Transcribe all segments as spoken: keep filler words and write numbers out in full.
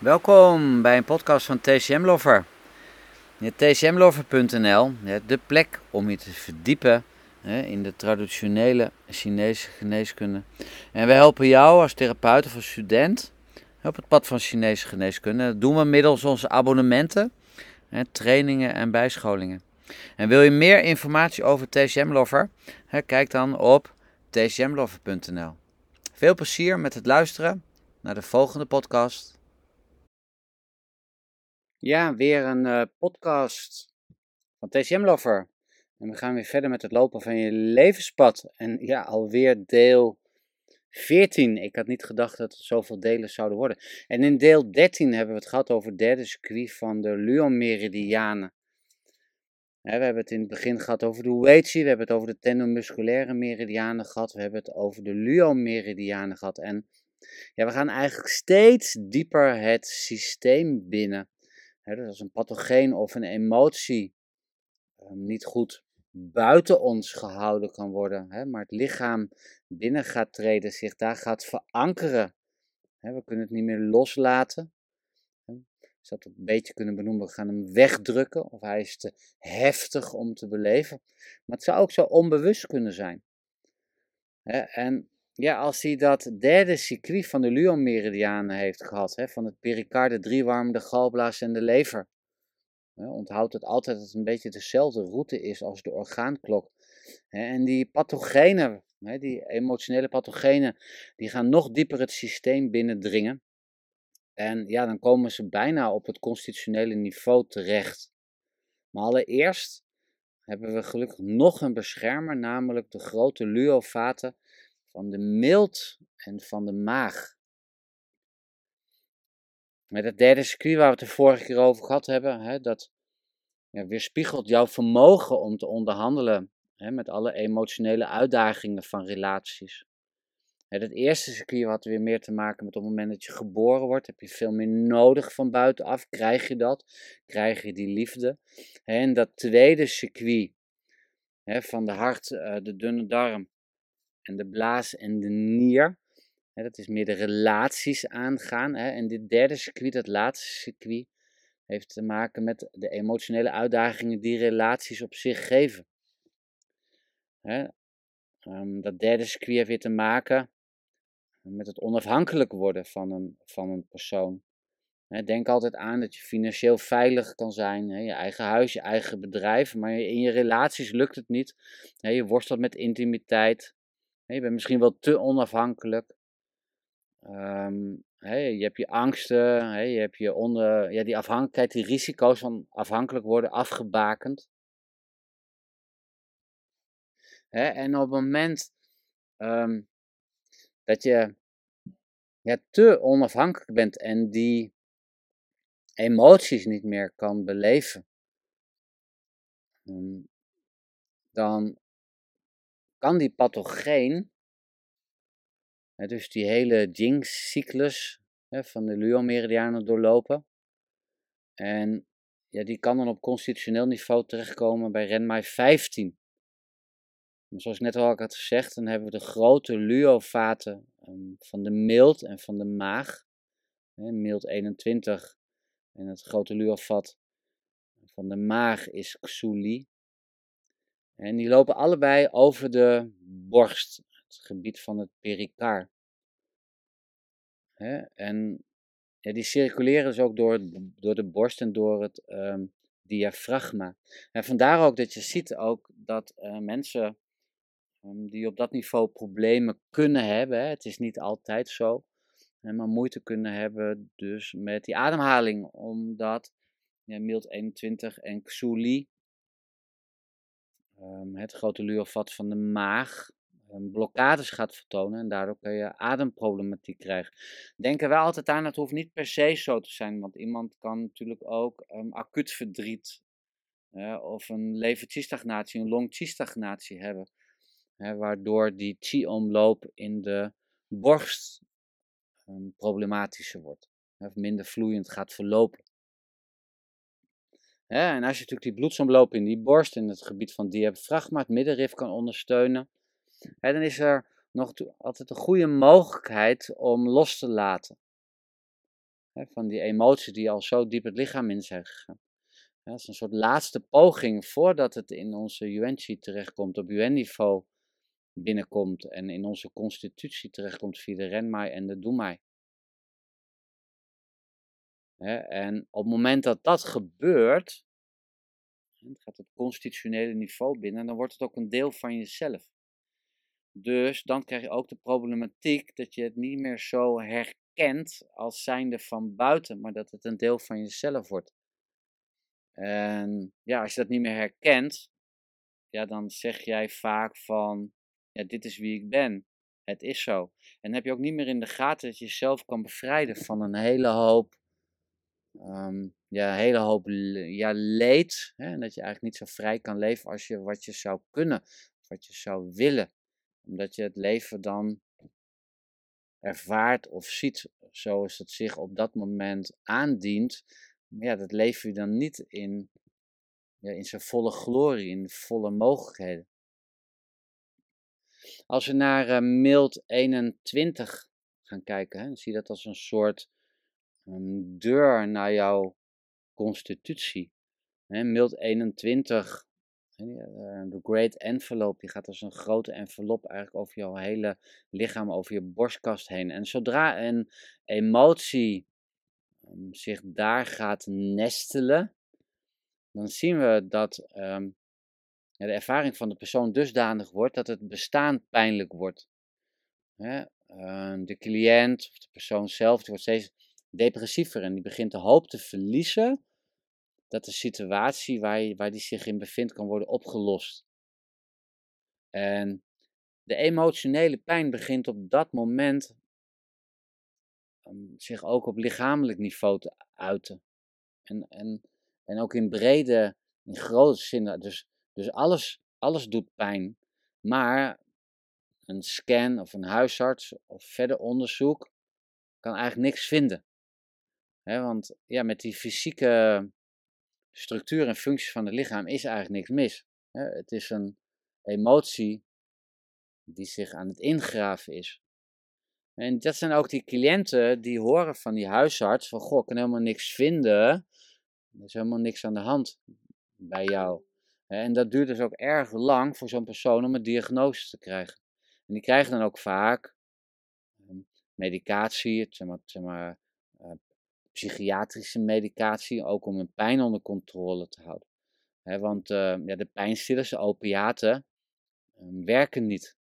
Welkom bij een podcast van T C M Lover. t c m lover punt n l, de plek om je te verdiepen in de traditionele Chinese geneeskunde. En we helpen jou als therapeut of als student op het pad van Chinese geneeskunde. Dat doen we middels onze abonnementen, trainingen en bijscholingen. En wil je meer informatie over T C M Lover? Kijk dan op t c m lover punt n l. Veel plezier met het luisteren naar de volgende podcast. Ja, weer een uh, podcast van T C M Lover. En we gaan weer verder met het lopen van je levenspad. En ja, alweer deel veertien. Ik had niet gedacht dat er zoveel delen zouden worden. En in deel dertien hebben we het gehad over het derde circuit van de Luo-meridianen. We hebben het in het begin gehad over de Weiqi, we hebben het over de tendomusculaire meridianen gehad, we hebben het over de Luo-meridianen gehad. En ja, we gaan eigenlijk steeds dieper het systeem binnen. He, dus als een pathogeen of een emotie um, niet goed buiten ons gehouden kan worden, he, maar het lichaam binnen gaat treden, zich daar gaat verankeren. He, we kunnen het niet meer loslaten. He, je zou het een beetje kunnen benoemen, we gaan hem wegdrukken of hij is te heftig om te beleven. Maar het zou ook zo onbewust kunnen zijn. He, en ja, als hij dat derde circuit van de Luo-meridianen heeft gehad, hè, van het pericarde, driewarm, de galblaas en de lever. Hè, onthoud het altijd dat het een beetje dezelfde route is als de orgaanklok. Hè, en die pathogenen, hè, die emotionele pathogenen, die gaan nog dieper het systeem binnendringen. En ja, dan komen ze bijna op het constitutionele niveau terecht. Maar allereerst hebben we gelukkig nog een beschermer, namelijk de grote luovaten van de milt en van de maag. Met het derde circuit waar we het de vorige keer over gehad hebben, hè, dat ja, weerspiegelt jouw vermogen om te onderhandelen hè, met alle emotionele uitdagingen van relaties. Hè, het eerste circuit had weer meer te maken met op het moment dat je geboren wordt, heb je veel meer nodig van buitenaf, krijg je dat, krijg je die liefde. Hè, en dat tweede circuit hè, van de hart, de dunne darm en de blaas en de nier. Hè, dat is meer de relaties aangaan. Hè. En dit derde circuit, dat laatste circuit, heeft te maken met de emotionele uitdagingen die relaties op zich geven. Hè. Um, dat derde circuit heeft weer te maken met het onafhankelijk worden van een, van een persoon. Hè, denk altijd aan dat je financieel veilig kan zijn. Hè, je eigen huis, je eigen bedrijf. Maar in je relaties lukt het niet. Hè, je worstelt met intimiteit. Hè, je bent misschien wel te onafhankelijk. Um, hey, je hebt je angsten, hey, je hebt je onder, ja, die afhankelijkheid, die risico's van afhankelijk worden afgebakend. Hè, en op het moment um, dat je ja, te onafhankelijk bent en die emoties niet meer kan beleven, um, dan kan die pathogeen, hè, dus die hele Jing-cyclus hè, van de Luo-meridianen doorlopen. En ja, die kan dan op constitutioneel niveau terechtkomen bij Renmai vijftien. En zoals ik net al had gezegd, dan hebben we de grote luovaten um, van de milt en van de maag. Hè, milt eenentwintig en het grote luovat van de maag is Xuli. En die lopen allebei over de borst, het gebied van het pericar. Hè, en ja, die circuleren dus ook door, door de borst en door het um, diafragma. En vandaar ook dat je ziet ook dat uh, mensen um, die op dat niveau problemen kunnen hebben, hè, het is niet altijd zo, hè, maar moeite kunnen hebben dus met die ademhaling, omdat ja, milt eenentwintig en Xuli, um, het grote luovat van de maag, blokkades gaat vertonen en daardoor kun je ademproblematiek krijgen. Denk er wel altijd aan, het hoeft niet per se zo te zijn, want iemand kan natuurlijk ook um, acuut verdriet uh, of een lever-chi-stagnatie, een long-chi-stagnatie hebben, uh, waardoor die chi-omloop in de borst um, problematischer wordt, uh, of minder vloeiend gaat verlopen. Uh, en als je natuurlijk die bloedsomloop in die borst, in het gebied van diafragma, het middenrif kan ondersteunen, He, dan is er nog altijd een goede mogelijkheid om los te laten. Hè, van die emoties die al zo diep het lichaam in zijn gegaan. Ja, dat is een soort laatste poging voordat het in onze yuan-chi terechtkomt, op yuan-niveau binnenkomt en in onze constitutie terechtkomt via de renmai en de dumai. Hè, en op het moment dat dat gebeurt, het gaat het constitutionele niveau binnen, dan wordt het ook een deel van jezelf. Dus dan krijg je ook de problematiek dat je het niet meer zo herkent als zijnde van buiten, maar dat het een deel van jezelf wordt. En ja, als je dat niet meer herkent, ja, dan zeg jij vaak van, ja, dit is wie ik ben. Het is zo. En dan heb je ook niet meer in de gaten dat je jezelf kan bevrijden van een hele hoop, um, ja, een hele hoop ja, leed. Hè? En dat je eigenlijk niet zo vrij kan leven als je wat je zou kunnen, of wat je zou willen. Omdat je het leven dan ervaart of ziet zoals het zich op dat moment aandient. Maar ja, dat leef je dan niet in, ja, in zijn volle glorie, in volle mogelijkheden. Als we naar uh, mild eenentwintig gaan kijken, hè, dan zie je dat als een soort um, deur naar jouw constitutie. Hè, mild eenentwintig, de Great Envelope, die gaat als een grote envelop eigenlijk over jouw hele lichaam, over je borstkast heen. En zodra een emotie um, zich daar gaat nestelen, dan zien we dat um, ja, de ervaring van de persoon dusdanig wordt dat het bestaan pijnlijk wordt. Hè? Uh, de cliënt of de persoon zelf die wordt steeds depressiever en die begint de hoop te verliezen dat de situatie waar, je, waar die zich in bevindt kan worden opgelost. En de emotionele pijn begint op dat moment um, zich ook op lichamelijk niveau te uiten. En, en, en ook in brede, in grote zin. Dus, dus alles, alles doet pijn. Maar een scan of een huisarts of verder onderzoek kan eigenlijk niks vinden. He, want ja, met die fysieke structuur en functies van het lichaam is eigenlijk niks mis. He, het is een emotie die zich aan het ingraven is. En dat zijn ook die cliënten die horen van die huisarts van, goh, ik kan helemaal niks vinden. Er is helemaal niks aan de hand bij jou. En dat duurt dus ook erg lang voor zo'n persoon om een diagnose te krijgen. En die krijgen dan ook vaak medicatie, zeg maar, zeg maar, uh, psychiatrische medicatie, ook om hun pijn onder controle te houden. He, want uh, ja, de pijnstillers, de opiaten, um, werken niet.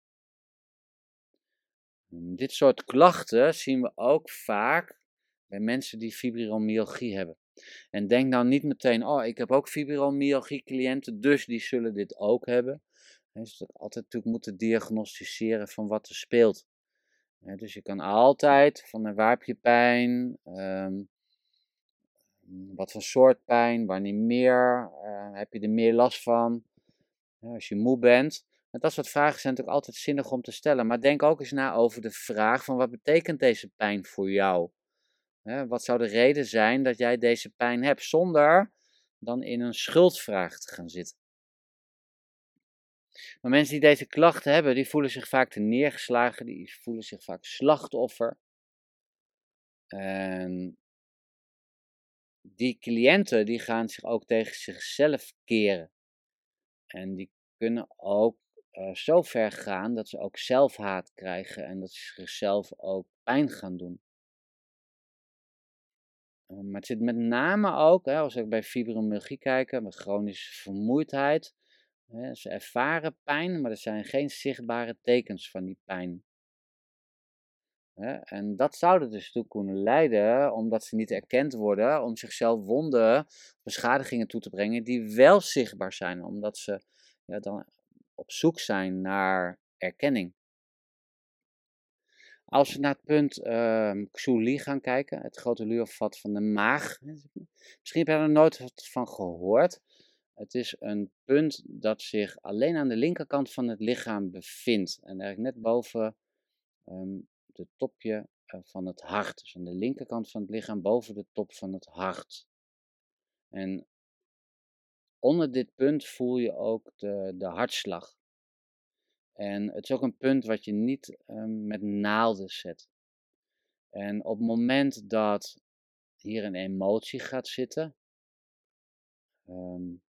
Um, dit soort klachten zien we ook vaak bij mensen die fibromyalgie hebben. En denk nou niet meteen, oh, ik heb ook fibromyalgie cliënten, dus die zullen dit ook hebben. He, dus dat altijd natuurlijk moeten diagnosticeren van wat er speelt. He, dus je kan altijd van waar heb je pijn, um, wat voor soort pijn, wanneer meer, uh, heb je er meer last van, ja, als je moe bent. En dat soort vragen zijn natuurlijk altijd zinnig om te stellen. Maar denk ook eens na over de vraag van wat betekent deze pijn voor jou? He, wat zou de reden zijn dat jij deze pijn hebt, zonder dan in een schuldvraag te gaan zitten? Maar mensen die deze klachten hebben, die voelen zich vaak te neergeslagen, die voelen zich vaak slachtoffer. En die cliënten die gaan zich ook tegen zichzelf keren. En die kunnen ook uh, zo ver gaan dat ze ook zelfhaat krijgen en dat ze zichzelf ook pijn gaan doen. Uh, maar het zit met name ook, hè, als we bij fibromyalgie kijken, met chronische vermoeidheid. Hè, ze ervaren pijn, maar er zijn geen zichtbare tekens van die pijn. Hè, en dat zou er dus toe kunnen leiden, omdat ze niet erkend worden, om zichzelf wonden, beschadigingen toe te brengen die wel zichtbaar zijn, omdat ze ja, dan op zoek zijn naar erkenning. Als we naar het punt uh, Xu Li gaan kijken, het grote luurvat van de maag. Misschien heb je er nooit wat van gehoord. Het is een punt dat zich alleen aan de linkerkant van het lichaam bevindt. En eigenlijk net boven um, de topje uh, van het hart. Dus aan de linkerkant van het lichaam boven de top van het hart. En onder dit punt voel je ook de, de hartslag. En het is ook een punt wat je niet um, met naalden zet. En op het moment dat hier een emotie gaat zitten, um,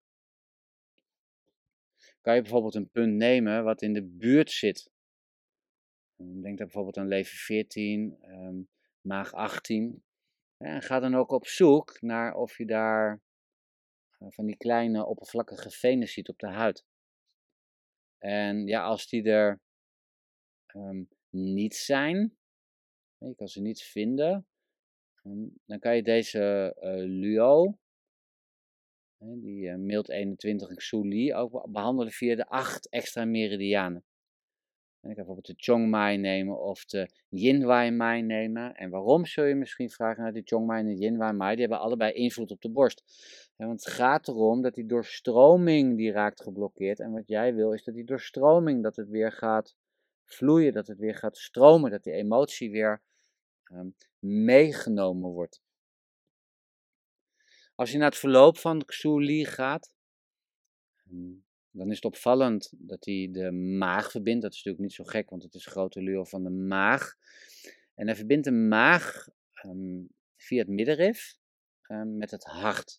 kan je bijvoorbeeld een punt nemen wat in de buurt zit. Denk dan bijvoorbeeld aan lever veertien, um, maag achttien. En ga dan ook op zoek naar of je daar uh, van die kleine oppervlakkige venen ziet op de huid. En ja, als die er um, niet zijn, je kan ze niet vinden, um, dan kan je deze uh, Luo, die uh, mild eenentwintig en Xuli, ook behandelen via de acht extra meridianen. En ik kan bijvoorbeeld de Chongmai nemen of de Yinwai Mai nemen. En waarom zul je misschien vragen naar de Chongmai en de Yinwai Mai? Die hebben allebei invloed op de borst. Ja, want het gaat erom dat die doorstroming die raakt geblokkeerd. En wat jij wil is dat die doorstroming, dat het weer gaat vloeien, dat het weer gaat stromen, dat die emotie weer um, meegenomen wordt. Als je naar het verloop van Xuli gaat, um, dan is het opvallend dat hij de maag verbindt. Dat is natuurlijk niet zo gek, want het is grote Luo van de maag. En hij verbindt de maag um, via het middenrif um, met het hart.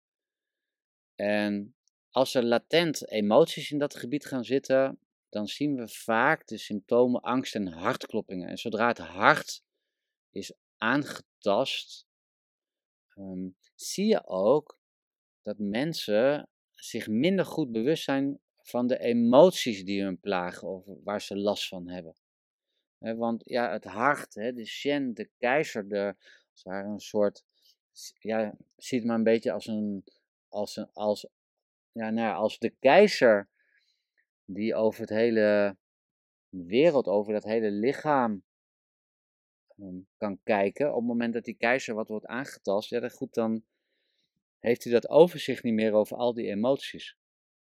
En als er latent emoties in dat gebied gaan zitten, dan zien we vaak de symptomen angst en hartkloppingen. En zodra het hart is aangetast, um, zie je ook dat mensen zich minder goed bewust zijn van de emoties die hun plagen of waar ze last van hebben. He, want ja, het hart, he, de Shen, de keizer, de, als het ware een soort, ja, ziet maar een beetje als een, als een, als, ja, nou ja, als de keizer die over het hele wereld, over dat hele lichaam um, kan kijken. Op het moment dat die keizer wat wordt aangetast, ja, dan goed, dan heeft hij dat overzicht niet meer over al die emoties.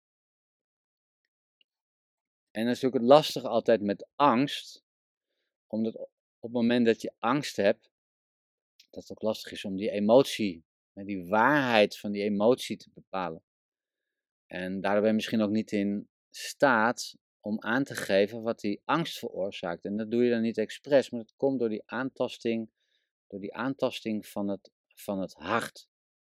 En dat is natuurlijk het lastige altijd met angst, omdat op het moment dat je angst hebt, dat het ook lastig is om die emotie, die waarheid van die emotie te bepalen. En daardoor ben je misschien ook niet in staat om aan te geven wat die angst veroorzaakt. En dat doe je dan niet expres, maar dat komt door die aantasting, door die aantasting van het, van het hart.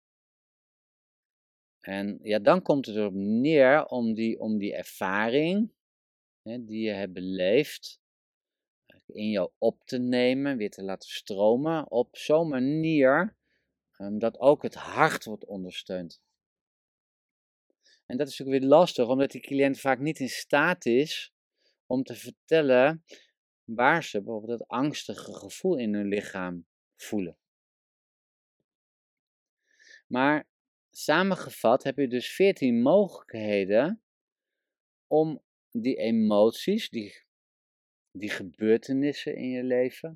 En ja, dan komt het erop neer om die, om die ervaring, hè, die je hebt beleefd, in jou op te nemen, weer te laten stromen, op zo'n manier um, dat ook het hart wordt ondersteund. En dat is natuurlijk weer lastig, omdat die cliënt vaak niet in staat is om te vertellen waar ze bijvoorbeeld dat angstige gevoel in hun lichaam voelen. Maar samengevat heb je dus veertien mogelijkheden om die emoties, die, die gebeurtenissen in je leven,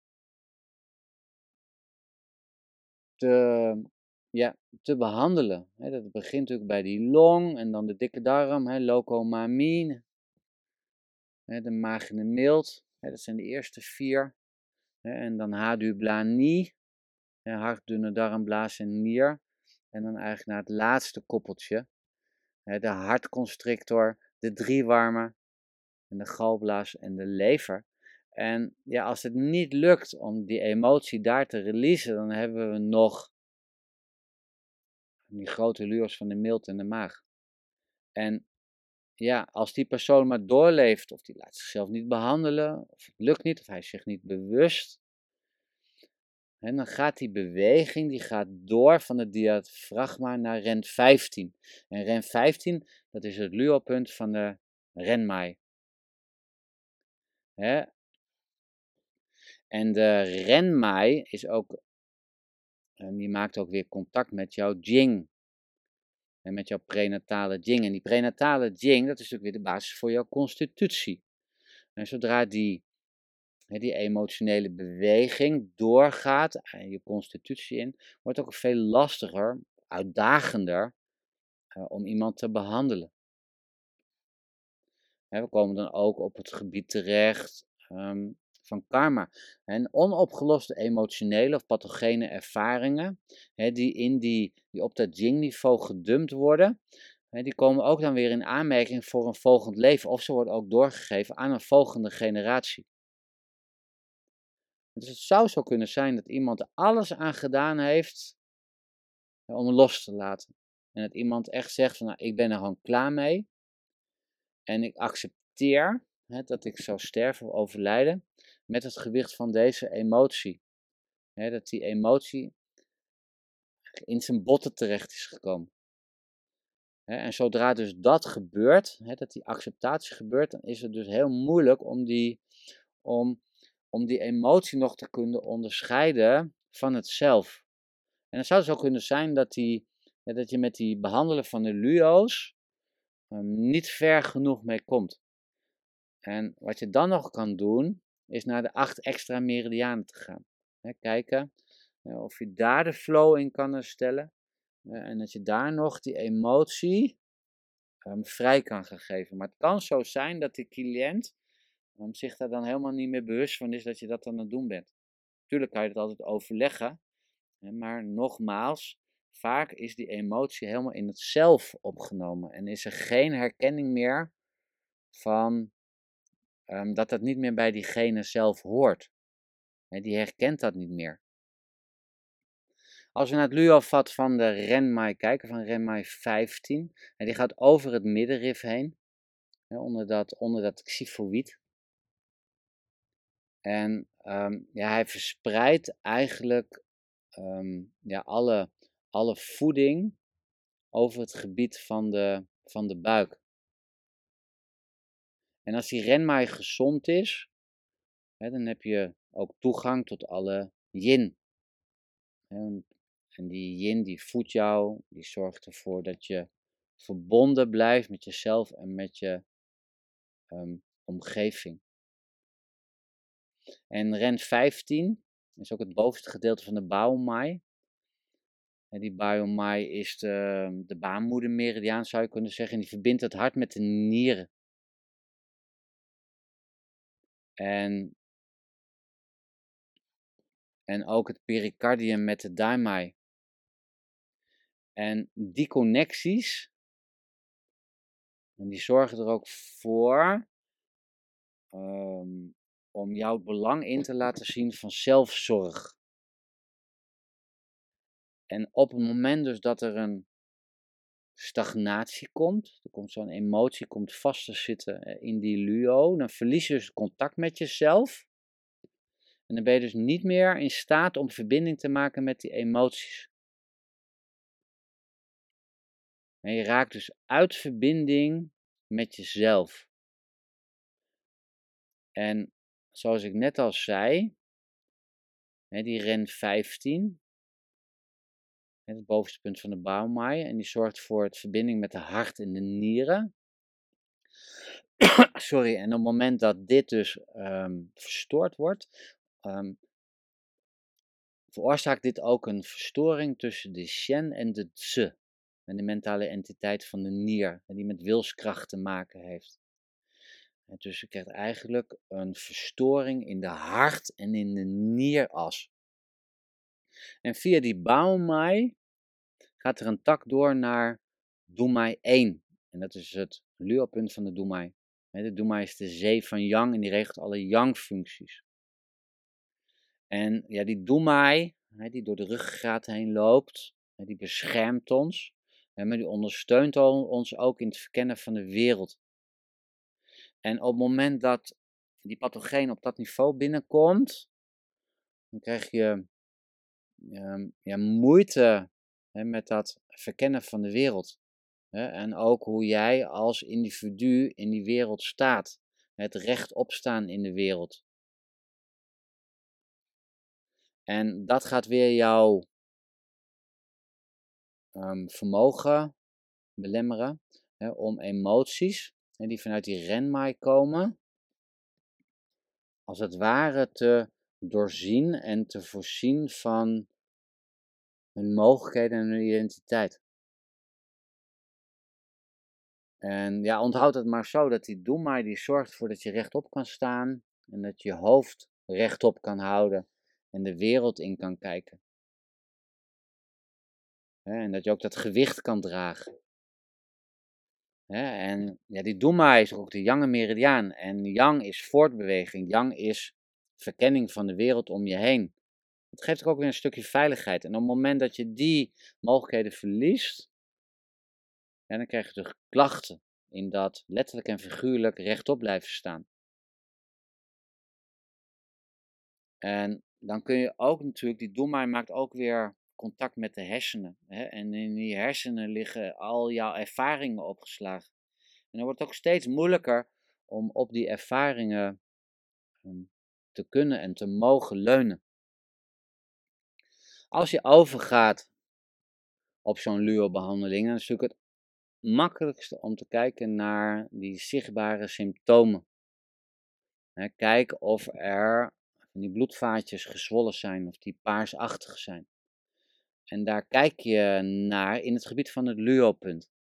te, ja, te behandelen. He, dat begint natuurlijk bij die long en dan de dikke darm, he, locomamie, he, de maag en de milt, he, dat zijn de eerste vier. He, en dan hadublanie, he, hart, dunne darm, blaas en nier. En dan eigenlijk naar het laatste koppeltje, he, de hartconstrictor, de driewarmen en de galblaas en de lever. En ja, als het niet lukt om die emotie daar te releasen, dan hebben we nog die grote luurs van de milt en de maag. En ja, als die persoon maar doorleeft, of die laat zichzelf niet behandelen, of het lukt niet, of hij is zich niet bewust, en dan gaat die beweging, die gaat door van het diafragma naar ren vijftien. En ren vijftien, dat is het luopunt van de renmai. He? En de renmai is ook, en die maakt ook weer contact met jouw jing. En met jouw prenatale jing. En die prenatale jing, dat is natuurlijk weer de basis voor jouw constitutie. En zodra die, die emotionele beweging doorgaat en je constitutie in, wordt het ook veel lastiger, uitdagender uh, om iemand te behandelen. He, we komen dan ook op het gebied terecht um, van karma. En onopgeloste emotionele of pathogene ervaringen, he, die, in die, die op dat jing-niveau gedumpt worden, he, die komen ook dan weer in aanmerking voor een volgend leven. Of ze worden ook doorgegeven aan een volgende generatie. Dus het zou zo kunnen zijn dat iemand er alles aan gedaan heeft om los te laten. En dat iemand echt zegt van, nou, ik ben er gewoon klaar mee. En ik accepteer hè, dat ik zou sterven of overlijden met het gewicht van deze emotie. Hè, dat die emotie in zijn botten terecht is gekomen. Hè, en zodra dus dat gebeurt, hè, dat die acceptatie gebeurt, dan is het dus heel moeilijk om die, om, om die emotie nog te kunnen onderscheiden van het zelf. En dan zou het zo kunnen zijn dat, die, ja, dat je met die behandelen van de luo's um, niet ver genoeg mee komt. En wat je dan nog kan doen, is naar de acht extra meridianen te gaan. He, kijken uh, of je daar de flow in kan herstellen. Uh, en dat je daar nog die emotie um, vrij kan gaan geven. Maar het kan zo zijn dat die cliënt um, zich daar dan helemaal niet meer bewust van is dat je dat aan het doen bent. Tuurlijk kan je het altijd overleggen. Hè, maar nogmaals, vaak is die emotie helemaal in het zelf opgenomen. En is er geen herkenning meer van um, dat dat niet meer bij diegene zelf hoort. He, die herkent dat niet meer. Als we naar het Luo-vat van de Renmai kijken, van Renmai vijftien, en die gaat over het middenrif heen, he, onder dat, onder dat xifoïd. En um, ja, hij verspreidt eigenlijk um, ja, alle, alle voeding over het gebied van de, van de buik. En als die Renmai gezond is, he, dan heb je ook toegang tot alle yin. En die yin die voedt jou, die zorgt ervoor dat je verbonden blijft met jezelf en met je um, omgeving. En Ren vijftien is ook het bovenste gedeelte van de Baomai. En die Baomai is de, de baarmoedermeridiaan, zou je kunnen zeggen. En die verbindt het hart met de nieren. En, en ook het pericardium met de daimai. En die connecties, en die zorgen er ook voor um, om jouw belang in te laten zien van zelfzorg. En op het moment dus dat er een stagnatie komt, er komt zo'n emotie komt vast te zitten in die luo, dan verlies je dus contact met jezelf. En dan ben je dus niet meer in staat om verbinding te maken met die emoties. En je raakt dus uit verbinding met jezelf. En zoals ik net al zei, die Ren vijftien, het bovenste punt van de Baomai, en die zorgt voor het verbinding met de hart en de nieren. Sorry, en op het moment dat dit dus um, verstoord wordt, um, veroorzaakt dit ook een verstoring tussen de Shen en de Tse, en de mentale entiteit van de nier, die met wilskracht te maken heeft. En dus je krijgt eigenlijk een verstoring in de hart en in de nieras. En via die Baomai gaat er een tak door naar Dumai één. En dat is het luopunt van de Dumai. De Dumai is de zee van Yang en die regelt alle Yang-functies. En ja, die Dumai, die door de ruggengraat heen loopt, die beschermt ons. Maar die ondersteunt ons ook in het verkennen van de wereld. En op het moment dat die pathogeen op dat niveau binnenkomt, dan krijg je um, ja, moeite hè, met dat verkennen van de wereld. Hè, en ook hoe jij als individu in die wereld staat. Het recht opstaan in de wereld. En dat gaat weer jouw um, vermogen belemmeren hè, om emoties hè, die vanuit die renmai komen, als het ware te doorzien en te voorzien van hun mogelijkheden en hun identiteit. En ja, onthoud het maar zo, dat die Dumai die zorgt ervoor dat je rechtop kan staan en dat je je hoofd rechtop kan houden en de wereld in kan kijken. En dat je ook dat gewicht kan dragen. En ja, die Dumai is ook de Yang meridiaan. En Yang is voortbeweging. Yang is verkenning van de wereld om je heen. Het geeft ook weer een stukje veiligheid. En op het moment dat je die mogelijkheden verliest, ja, dan krijg je dus klachten in dat letterlijk en figuurlijk rechtop blijven staan. En dan kun je ook natuurlijk, die doelmijn maakt ook weer contact met de hersenen. Hè? En in die hersenen liggen al jouw ervaringen opgeslagen. En dan wordt het ook steeds moeilijker om op die ervaringen um, te kunnen en te mogen leunen. Als je overgaat op zo'n L U O-behandeling, dan is het natuurlijk het makkelijkste om te kijken naar die zichtbare symptomen. Hè, kijk of er die bloedvaatjes gezwollen zijn of die paarsachtig zijn. En daar kijk je naar in het gebied van het L U O-punt.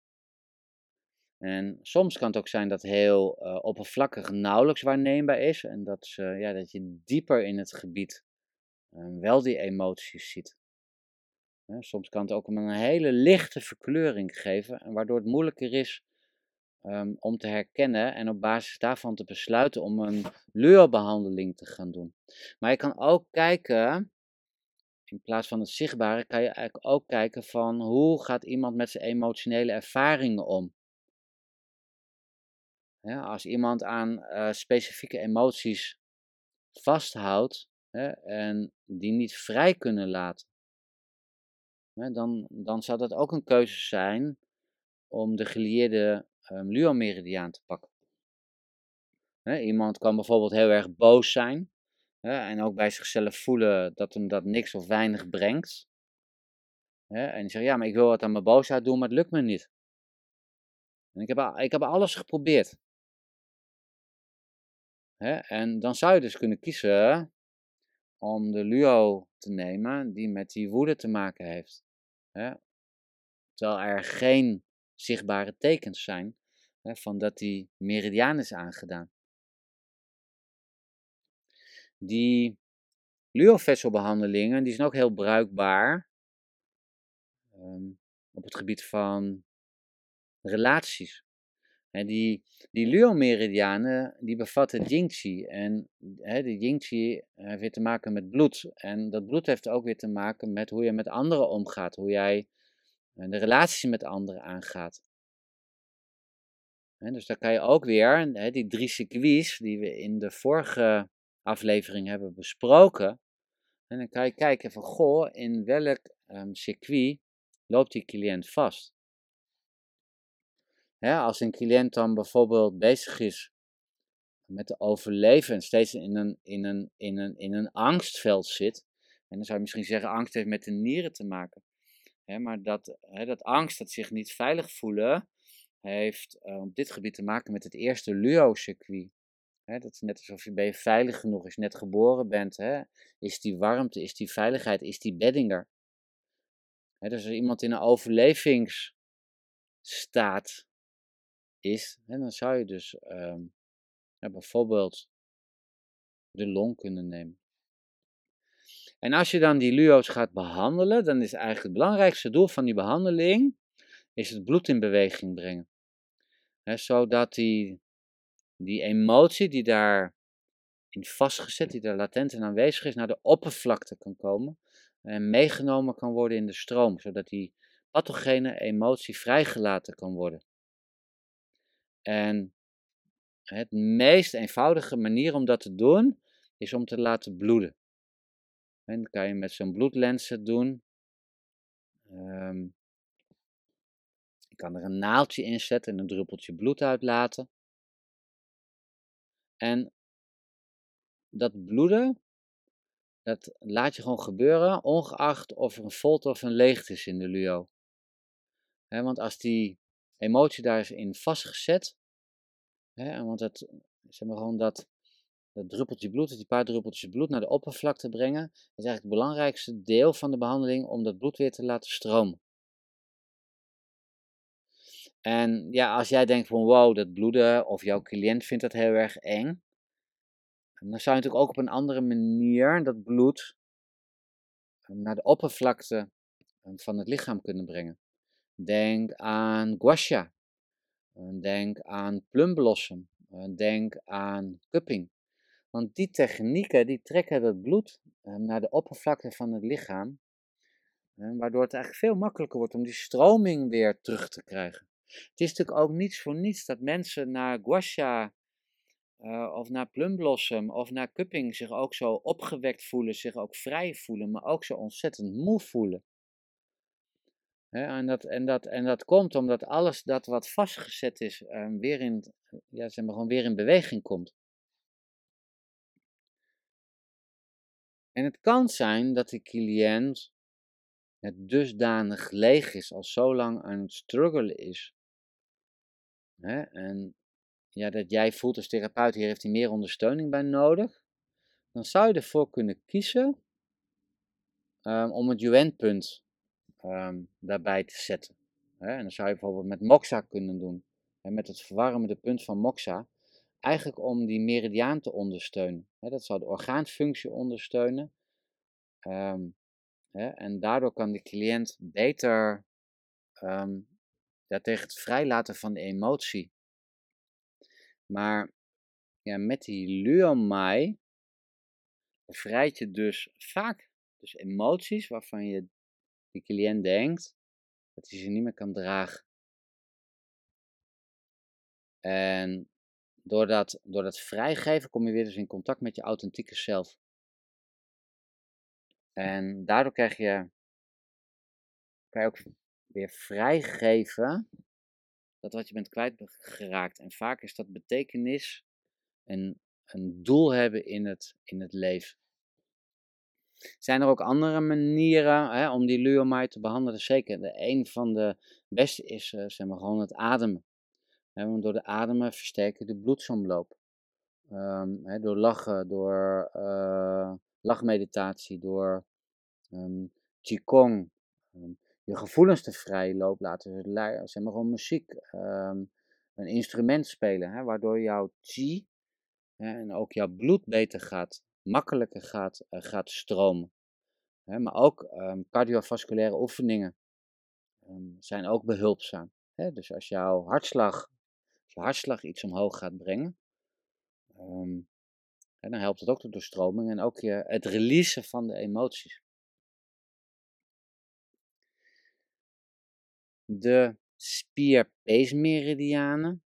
En soms kan het ook zijn dat heel uh, oppervlakkig nauwelijks waarneembaar is. En dat, uh, ja, dat je dieper in het gebied uh, wel die emoties ziet. Uh, soms kan het ook een hele lichte verkleuring geven. En waardoor het moeilijker is um, om te herkennen en op basis daarvan te besluiten om een L U O-behandeling te gaan doen. Maar je kan ook kijken, in plaats van het zichtbare, kan je eigenlijk ook kijken van hoe gaat iemand met zijn emotionele ervaringen om. Ja, als iemand aan uh, specifieke emoties vasthoudt hè, en die niet vrij kunnen laten, hè, dan, dan zou dat ook een keuze zijn om de gelieerde um, L U O-meridiaan te pakken. Hè, iemand kan bijvoorbeeld heel erg boos zijn hè, en ook bij zichzelf voelen dat hem dat niks of weinig brengt. Hè, en die zegt, ja, maar ik wil wat aan mijn boosheid doen, maar het lukt me niet. En ik heb, ik heb alles geprobeerd. Hè, en dan zou je dus kunnen kiezen om de L U O te nemen die met die woede te maken heeft. Hè? Terwijl er geen zichtbare tekens zijn hè, van dat die meridiaan is aangedaan. Die L U O-vesselbehandelingen die zijn ook heel bruikbaar um, op het gebied van relaties. En die, die L U O-meridianen die bevatten Jingqi. En hè, de Jingqi heeft weer te maken met bloed. En dat bloed heeft ook weer te maken met hoe je met anderen omgaat. Hoe jij de relaties met anderen aangaat. Hè, dus daar kan je ook weer, hè, die drie circuits die we in de vorige aflevering hebben besproken. En dan kan je kijken van, goh, in welk um, circuit loopt die cliënt vast. Hè, als een cliënt dan bijvoorbeeld bezig is met te overleven en steeds in een, in een, in een, in een angstveld zit. En dan zou je misschien zeggen, angst heeft met de nieren te maken. Hè, maar dat, hè, dat angst, dat zich niet veilig voelen, heeft uh, op dit gebied te maken met het eerste L U O-circuit. Hè, dat is net alsof je, ben je veilig genoeg, als je net geboren bent. Hè? Is die warmte, is die veiligheid, is die bedding er? Hè, dus als iemand in een overlevingsstaat is, hè, dan zou je dus um, ja, bijvoorbeeld de long kunnen nemen. En als je dan die L U O's gaat behandelen, dan is eigenlijk het belangrijkste doel van die behandeling is het bloed in beweging brengen. He, zodat die, die emotie die daar in vastgezet, die daar latent en aanwezig is, naar de oppervlakte kan komen en meegenomen kan worden in de stroom, zodat die pathogene emotie vrijgelaten kan worden. En het meest eenvoudige manier om dat te doen, is om te laten bloeden. En dat kan je met zo'n bloedlensen doen. Um, je kan er een naaldje in zetten en een druppeltje bloed uitlaten. En dat bloeden, dat laat je gewoon gebeuren, ongeacht of er een volte of een leegte is in de L U O. He, want als die emotie daar is in vastgezet, he, want het, zeg maar gewoon dat, dat druppeltje bloed, die paar druppeltjes bloed naar de oppervlakte brengen, is eigenlijk het belangrijkste deel van de behandeling om dat bloed weer te laten stromen. En ja, als jij denkt van wow, dat bloeden, of jouw cliënt vindt dat heel erg eng, dan zou je natuurlijk ook op een andere manier dat bloed naar de oppervlakte van het lichaam kunnen brengen. Denk aan gua sha, denk aan plumblossom, denk aan cupping. Want die technieken die trekken het bloed uh, naar de oppervlakte van het lichaam. Uh, waardoor het eigenlijk veel makkelijker wordt om die stroming weer terug te krijgen. Het is natuurlijk ook niets voor niets dat mensen naar gua sha uh, of naar plumblossom of naar cupping zich ook zo opgewekt voelen, zich ook vrij voelen, maar ook zo ontzettend moe voelen. He, en, dat, en, dat, en dat komt omdat alles dat wat vastgezet is, uh, weer, in, ja, zeg maar, gewoon weer in beweging komt. En het kan zijn dat de cliënt het dusdanig leeg is, al zo lang aan het struggelen is. He, en ja, dat jij voelt als therapeut, hier heeft hij meer ondersteuning bij nodig. Dan zou je ervoor kunnen kiezen um, om het U N-punt um, daarbij te zetten. He, en dan zou je bijvoorbeeld met moxa kunnen doen. He, met het verwarmende punt van moxa. Eigenlijk om die meridiaan te ondersteunen. He, dat zou de orgaanfunctie ondersteunen. Um, he, en daardoor kan de cliënt beter um, ja, tegen het vrijlaten van de emotie. Maar ja, met die luomai bevrijd je dus vaak dus emoties waarvan je die cliënt denkt dat hij ze niet meer kan dragen. En door dat, door dat vrijgeven kom je weer dus in contact met je authentieke zelf. En daardoor krijg je, kan je ook weer vrijgeven dat wat je bent kwijtgeraakt. En vaak is dat betekenis en een doel hebben in het, in het leven. Zijn er ook andere manieren hè, om die luomai te behandelen? Zeker. De, een van de beste is uh, zeg maar, gewoon het ademen. Hè, want door de ademen versterken de bloedsomloop. Um, hè, door lachen, door uh, lachmeditatie, door um, qigong. Um, je gevoelens te vrije loop laten. Zeg maar gewoon muziek. Um, een instrument spelen. Hè, waardoor jouw qi hè, en ook jouw bloed beter gaat. Makkelijker gaat, uh, gaat stromen. Hè, maar ook um, cardiovasculaire oefeningen um, zijn ook behulpzaam. Hè? Dus als jouw hartslag, als je hartslag iets omhoog gaat brengen, um, hè, dan helpt het ook de doorstroming en ook je, het releasen van de emoties. De spier-peesmeridianen,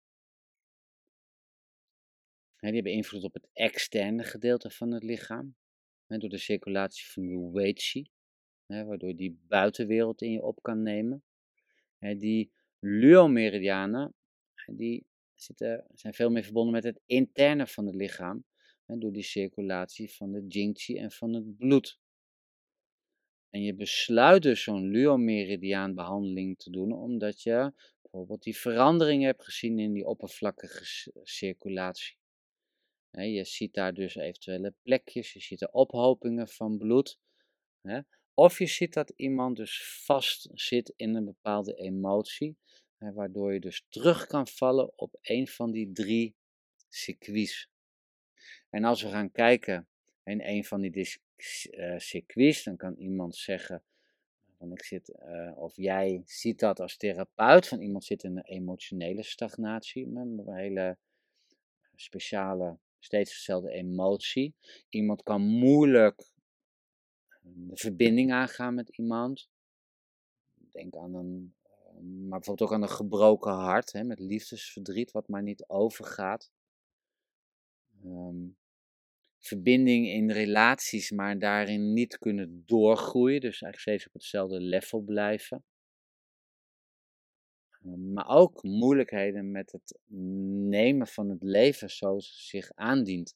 hè, die hebben invloed op het externe gedeelte van het lichaam. Hè, door de circulatie van de wei qi, hè, waardoor je die buitenwereld in je op kan nemen. Hè, die luomeridianen, die zitten, zijn veel meer verbonden met het interne van het lichaam. Hè, door die circulatie van de jingqi en van het bloed. En je besluit dus zo'n luomeridiaan behandeling te doen, omdat je bijvoorbeeld die verandering hebt gezien in die oppervlakkige circulatie. Hè, je ziet daar dus eventuele plekjes, je ziet er ophopingen van bloed. Hè. Of je ziet dat iemand dus vast zit in een bepaalde emotie, hè, waardoor je dus terug kan vallen op een van die drie circuits. En als we gaan kijken in een van die uh, circuits, dan kan iemand zeggen, van ik zit, uh, of jij ziet dat als therapeut, van iemand zit in een emotionele stagnatie, met een hele speciale, steeds dezelfde emotie. Iemand kan moeilijk de verbinding aangaan met iemand. Denk aan een, maar bijvoorbeeld ook aan een gebroken hart, hè, met liefdesverdriet wat maar niet overgaat. Um, verbinding in relaties, maar daarin niet kunnen doorgroeien, dus eigenlijk steeds op hetzelfde level blijven. Um, maar ook moeilijkheden met het nemen van het leven zoals het zich aandient.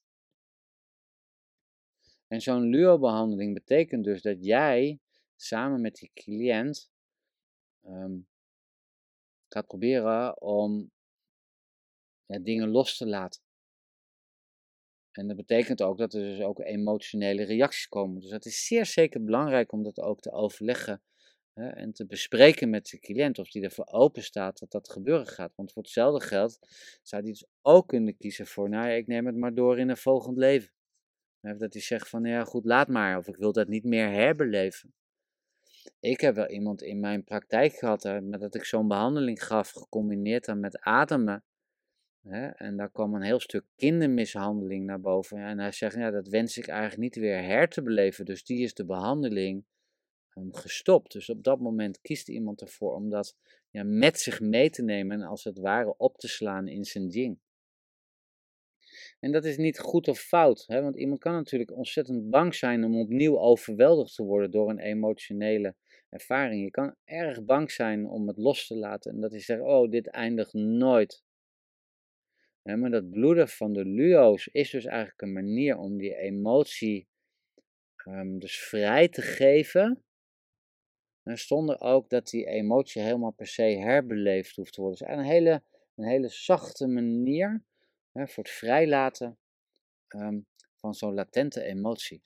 En zo'n luo-behandeling betekent dus dat jij samen met die cliënt um, gaat proberen om ja, dingen los te laten. En dat betekent ook dat er dus ook emotionele reacties komen. Dus dat is zeer zeker belangrijk om dat ook te overleggen hè, en te bespreken met de cliënt of die ervoor open staat dat dat gebeuren gaat. Want voor hetzelfde geld zou die dus ook kunnen kiezen voor, nou ja, ik neem het maar door in een volgend leven. Dat hij zegt van, ja goed, laat maar, of ik wil dat niet meer herbeleven. Ik heb wel iemand in mijn praktijk gehad, hè, met dat ik zo'n behandeling gaf, gecombineerd dan met ademen. Hè? En daar kwam een heel stuk kindermishandeling naar boven. En hij zegt, ja, dat wens ik eigenlijk niet weer her te beleven. Dus die is de behandeling um, gestopt. Dus op dat moment kiest iemand ervoor om dat ja, met zich mee te nemen en als het ware op te slaan in zijn jing. En dat is niet goed of fout, hè? Want iemand kan natuurlijk ontzettend bang zijn om opnieuw overweldigd te worden door een emotionele ervaring. Je kan erg bang zijn om het los te laten en dat je zegt, oh, dit eindigt nooit. Ja, maar dat bloeden van de luo's is dus eigenlijk een manier om die emotie um, dus vrij te geven. En zonder ook dat die emotie helemaal per se herbeleefd hoeft te worden. Dus een hele, een hele zachte manier hè, voor het vrijlaten um, van zo'n latente emotie.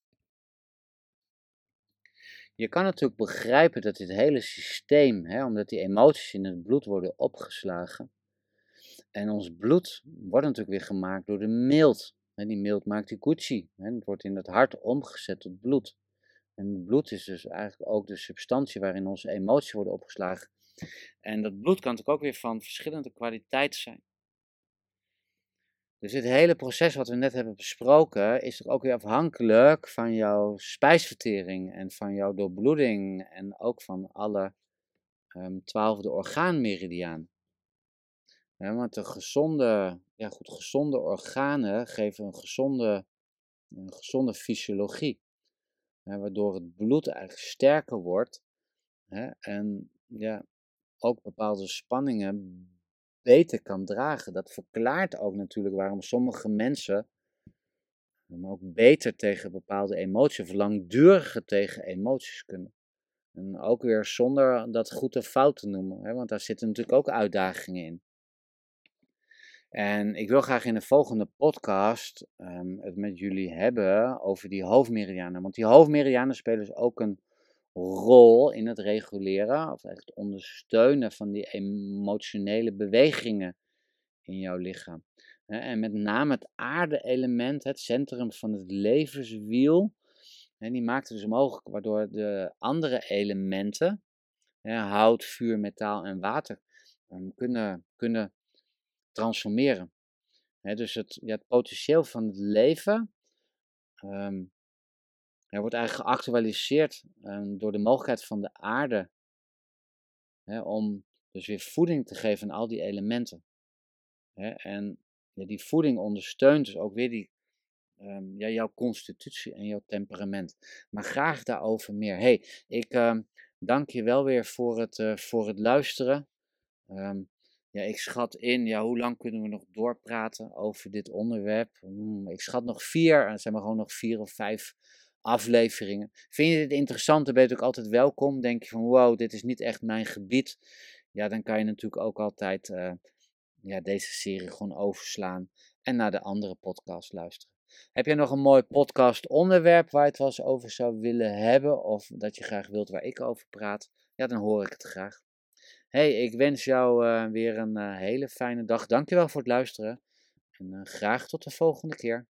Je kan natuurlijk begrijpen dat dit hele systeem, hè, omdat die emoties in het bloed worden opgeslagen. En ons bloed wordt natuurlijk weer gemaakt door de milt. En die milt maakt die Gucci. Het wordt in het hart omgezet tot bloed. En het bloed is dus eigenlijk ook de substantie waarin onze emoties worden opgeslagen. En dat bloed kan natuurlijk ook weer van verschillende kwaliteit zijn. Dus dit hele proces wat we net hebben besproken is ook weer afhankelijk van jouw spijsvertering en van jouw doorbloeding en ook van alle um, twaalfde orgaanmeridiaan. Ja, want de gezonde, ja goed, gezonde organen geven een gezonde, een gezonde fysiologie. Hè, waardoor het bloed eigenlijk sterker wordt. Hè, en ja, ook bepaalde spanningen beter kan dragen. Dat verklaart ook natuurlijk waarom sommige mensen ook beter tegen bepaalde emoties of langduriger tegen emoties kunnen. En ook weer zonder dat goed of fout te noemen. Hè, want daar zitten natuurlijk ook uitdagingen in. En ik wil graag in de volgende podcast um, het met jullie hebben over die hoofdmeridianen. Want die hoofdmeridianen spelen dus ook een rol in het reguleren of het ondersteunen van die emotionele bewegingen in jouw lichaam. En met name het aarde-element, het centrum van het levenswiel, die maakt het dus mogelijk waardoor de andere elementen, hout, vuur, metaal en water, kunnen, kunnen transformeren. He, dus het, ja, het potentieel van het leven um, ja, wordt eigenlijk geactualiseerd um, door de mogelijkheid van de aarde he, om dus weer voeding te geven aan al die elementen. He, en ja, die voeding ondersteunt dus ook weer die, um, ja, jouw constitutie en jouw temperament. Maar graag daarover meer. Hey, ik um, dank je wel weer voor het, uh, voor het luisteren. Um, Ja, ik schat in, ja, hoe lang kunnen we nog doorpraten over dit onderwerp? Hmm, ik schat nog vier, en het zijn maar gewoon nog vier of vijf afleveringen. Vind je dit interessant, dan ben je ook altijd welkom. Denk je van, wow, dit is niet echt mijn gebied. Ja, dan kan je natuurlijk ook altijd uh, ja, deze serie gewoon overslaan en naar de andere podcast luisteren. Heb jij nog een mooi podcast onderwerp waar je het wel eens over zou willen hebben? Of dat je graag wilt waar ik over praat? Ja, dan hoor ik het graag. Hey, ik wens jou uh, weer een uh, hele fijne dag. Dankjewel voor het luisteren. En uh, graag tot de volgende keer.